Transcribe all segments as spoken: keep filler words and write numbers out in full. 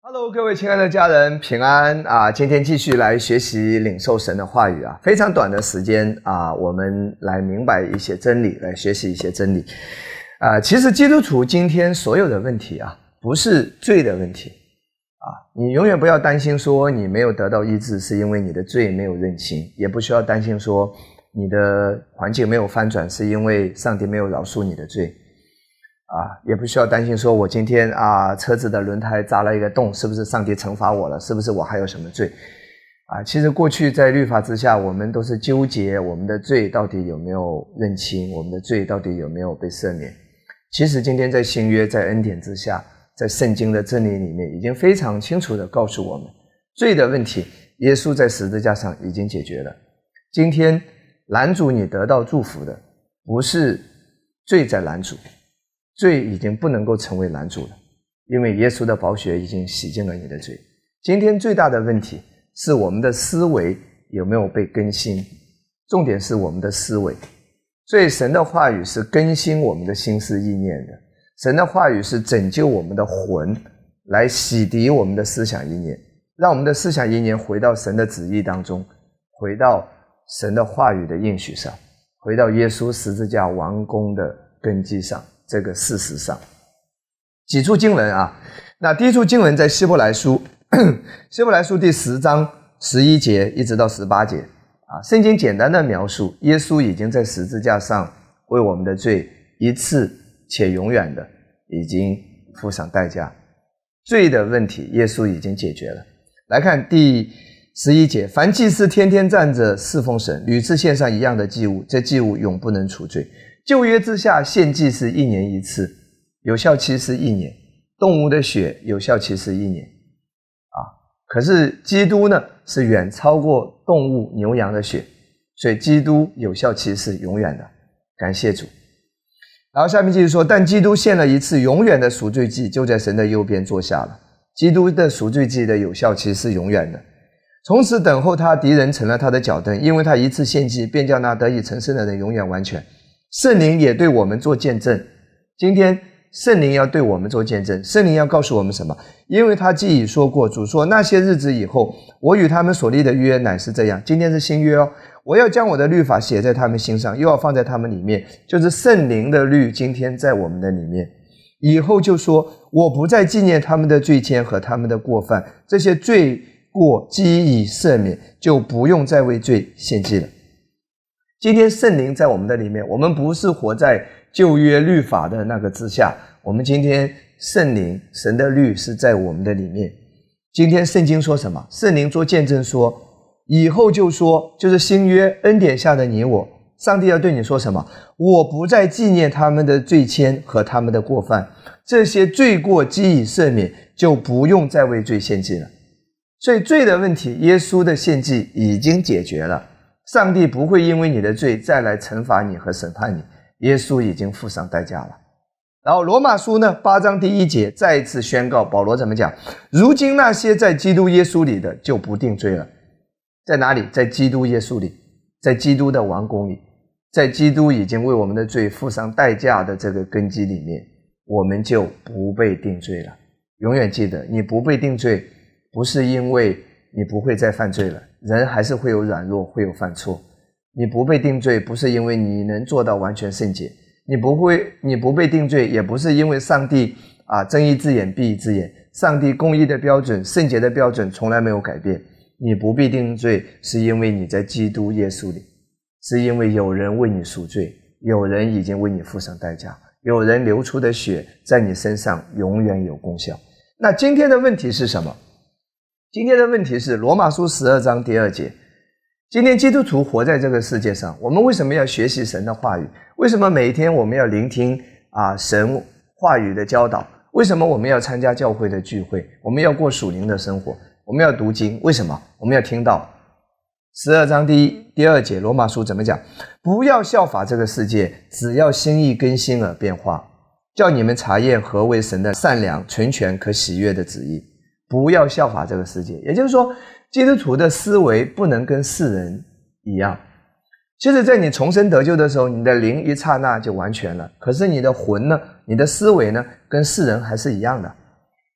Hello， 各位亲爱的家人，平安啊！今天继续来学习领受神的话语啊，非常短的时间啊，我们来明白一些真理，来学习一些真理啊。其实基督徒今天所有的问题啊，不是罪的问题啊，你永远不要担心说你没有得到医治是因为你的罪没有认清，也不需要担心说你的环境没有翻转是因为上帝没有饶恕你的罪。啊，也不需要担心说我今天啊车子的轮胎扎了一个洞，是不是上帝惩罚我了？是不是我还有什么罪？啊，其实过去在律法之下，我们都是纠结我们的罪到底有没有认清，我们的罪到底有没有被赦免。其实今天在新约，在恩典之下，在圣经的真理里面，已经非常清楚地告诉我们，罪的问题，耶稣在十字架上已经解决了。今天拦阻你得到祝福的，不是罪在拦阻，罪已经不能够成为拦阻了，因为耶稣的宝血已经洗净了你的罪。今天最大的问题是我们的思维有没有被更新，重点是我们的思维。所以神的话语是更新我们的心思意念的，神的话语是拯救我们的魂，来洗涤我们的思想意念，让我们的思想意念回到神的旨意当中，回到神的话语的应许上，回到耶稣十字架完工的根基上，这个事实上。几处经文啊，那第一处经文在希伯来书希伯来书第十章十一节一直到十八节啊，圣经简单的描述耶稣已经在十字架上为我们的罪一次且永远的已经付上代价，罪的问题耶稣已经解决了。来看第十一节，凡祭司天天站着侍奉神，屡次献上一样的祭物，这祭物永不能除罪。旧约之下献祭是一年一次，有效期是一年，动物的血有效期是一年啊。可是基督呢是远超过动物牛羊的血，所以基督有效期是永远的，感谢主。然后下面继续说，但基督献了一次永远的赎罪祭，就在神的右边坐下了。基督的赎罪祭的有效期是永远的，从此等候他，敌人成了他的脚凳，因为他一次献祭便叫那得以成圣的人永远完全。圣灵也对我们做见证，今天圣灵要对我们做见证，圣灵要告诉我们什么？因为他既已说过，主说那些日子以后，我与他们所立的约乃是这样。今天是新约哦，我要将我的律法写在他们心上，又要放在他们里面，就是圣灵的律今天在我们的里面。以后就说，我不再纪念他们的罪愆和他们的过犯，这些罪过既已赦免，就不用再为罪献祭了。今天圣灵在我们的里面，我们不是活在旧约律法的那个之下，我们今天圣灵神的律是在我们的里面。今天圣经说什么？圣灵做见证说，以后就说，就是新约恩典下的你我，上帝要对你说什么？我不再纪念他们的罪愆和他们的过犯，这些罪过既已赦免，就不用再为罪献祭了。所以罪的问题，耶稣的献祭已经解决了，上帝不会因为你的罪再来惩罚你和审判你，耶稣已经付上代价了。然后罗马书呢八章第一节再一次宣告，保罗怎么讲？如今那些在基督耶稣里的就不定罪了。在哪里？在基督耶稣里，在基督的完工里，在基督已经为我们的罪付上代价的这个根基里面，我们就不被定罪了。永远记得，你不被定罪不是因为你不会再犯罪了，人还是会有软弱，会有犯错。你不被定罪不是因为你能做到完全圣洁，你不会你不被定罪也不是因为上帝啊睁一只眼闭一只眼，上帝公义的标准圣洁的标准从来没有改变。你不被定罪是因为你在基督耶稣里，是因为有人为你赎罪，有人已经为你付上代价，有人流出的血在你身上永远有功效。那今天的问题是什么？今天的问题是罗马书十二章第二节，今天基督徒活在这个世界上，我们为什么要学习神的话语？为什么每一天我们要聆听啊神话语的教导？为什么我们要参加教会的聚会？我们要过属灵的生活，我们要读经，为什么？我们要听到十二章第一第二节罗马书怎么讲？不要效法这个世界，只要心意更新而变化，叫你们查验何为神的善良、纯全、可喜悦的旨意。不要效法这个世界，也就是说基督徒的思维不能跟世人一样。其实在你重生得救的时候，你的灵一刹那就完全了，可是你的魂呢，你的思维呢，跟世人还是一样的，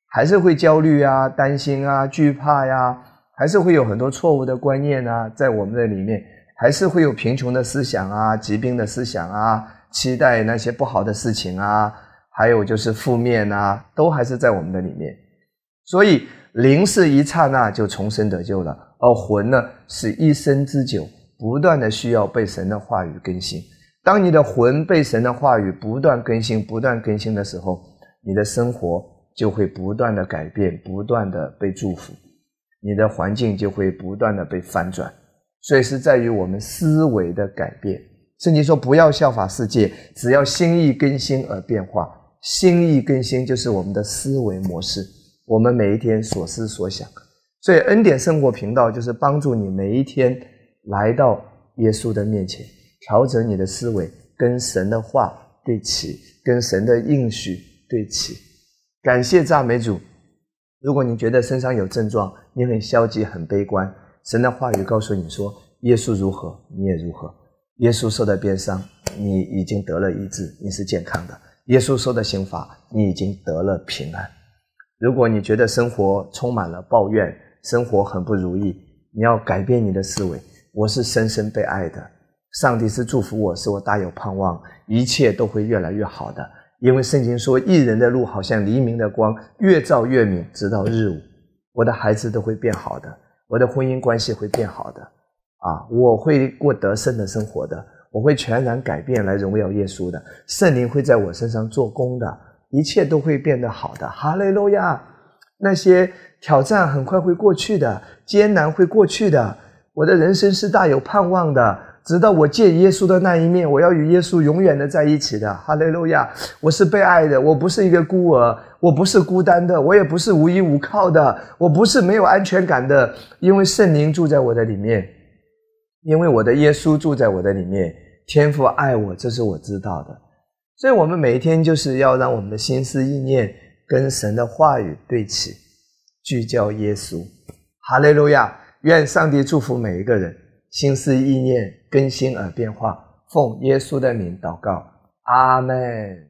还是会焦虑啊、担心啊、惧怕呀，还是会有很多错误的观念啊，在我们的里面，还是会有贫穷的思想啊、疾病的思想啊、期待那些不好的事情啊，还有就是负面啊，都还是在我们的里面。所以灵是一刹那就重生得救了，而魂呢是一生之久，不断的需要被神的话语更新。当你的魂被神的话语不断更新、不断更新的时候，你的生活就会不断的改变，不断的被祝福，你的环境就会不断的被翻转。所以是在于我们思维的改变。圣经说不要效法世界，只要心意更新而变化。心意更新就是我们的思维模式，我们每一天所思所想。所以恩典生活频道就是帮助你每一天来到耶稣的面前，调整你的思维，跟神的话对齐，跟神的应许对齐。感谢赞美主。如果你觉得身上有症状，你很消极很悲观，神的话语告诉你说，耶稣如何你也如何，耶稣受的鞭伤你已经得了医治，你是健康的，耶稣受的刑罚你已经得了平安。如果你觉得生活充满了抱怨，生活很不如意，你要改变你的思维，我是深深被爱的，上帝是祝福我，使我大有盼望，一切都会越来越好的。因为圣经说，义人的路好像黎明的光，越照越明，直到日午。我的孩子都会变好的，我的婚姻关系会变好的啊，我会过得胜的生活的，我会全然改变来荣耀耶稣的，圣灵会在我身上做工的，一切都会变得好的。哈利路亚！那些挑战很快会过去的，艰难会过去的，我的人生是大有盼望的，直到我见耶稣的那一面，我要与耶稣永远的在一起的。哈利路亚！我是被爱的，我不是一个孤儿，我不是孤单的，我也不是无依无靠的，我不是没有安全感的，因为圣灵住在我的里面，因为我的耶稣住在我的里面，天父爱我，这是我知道的。所以我们每一天就是要让我们的心思意念跟神的话语对齐，聚焦耶稣。哈利路亚！愿上帝祝福每一个人，心思意念更新而变化，奉耶稣的名祷告，阿们。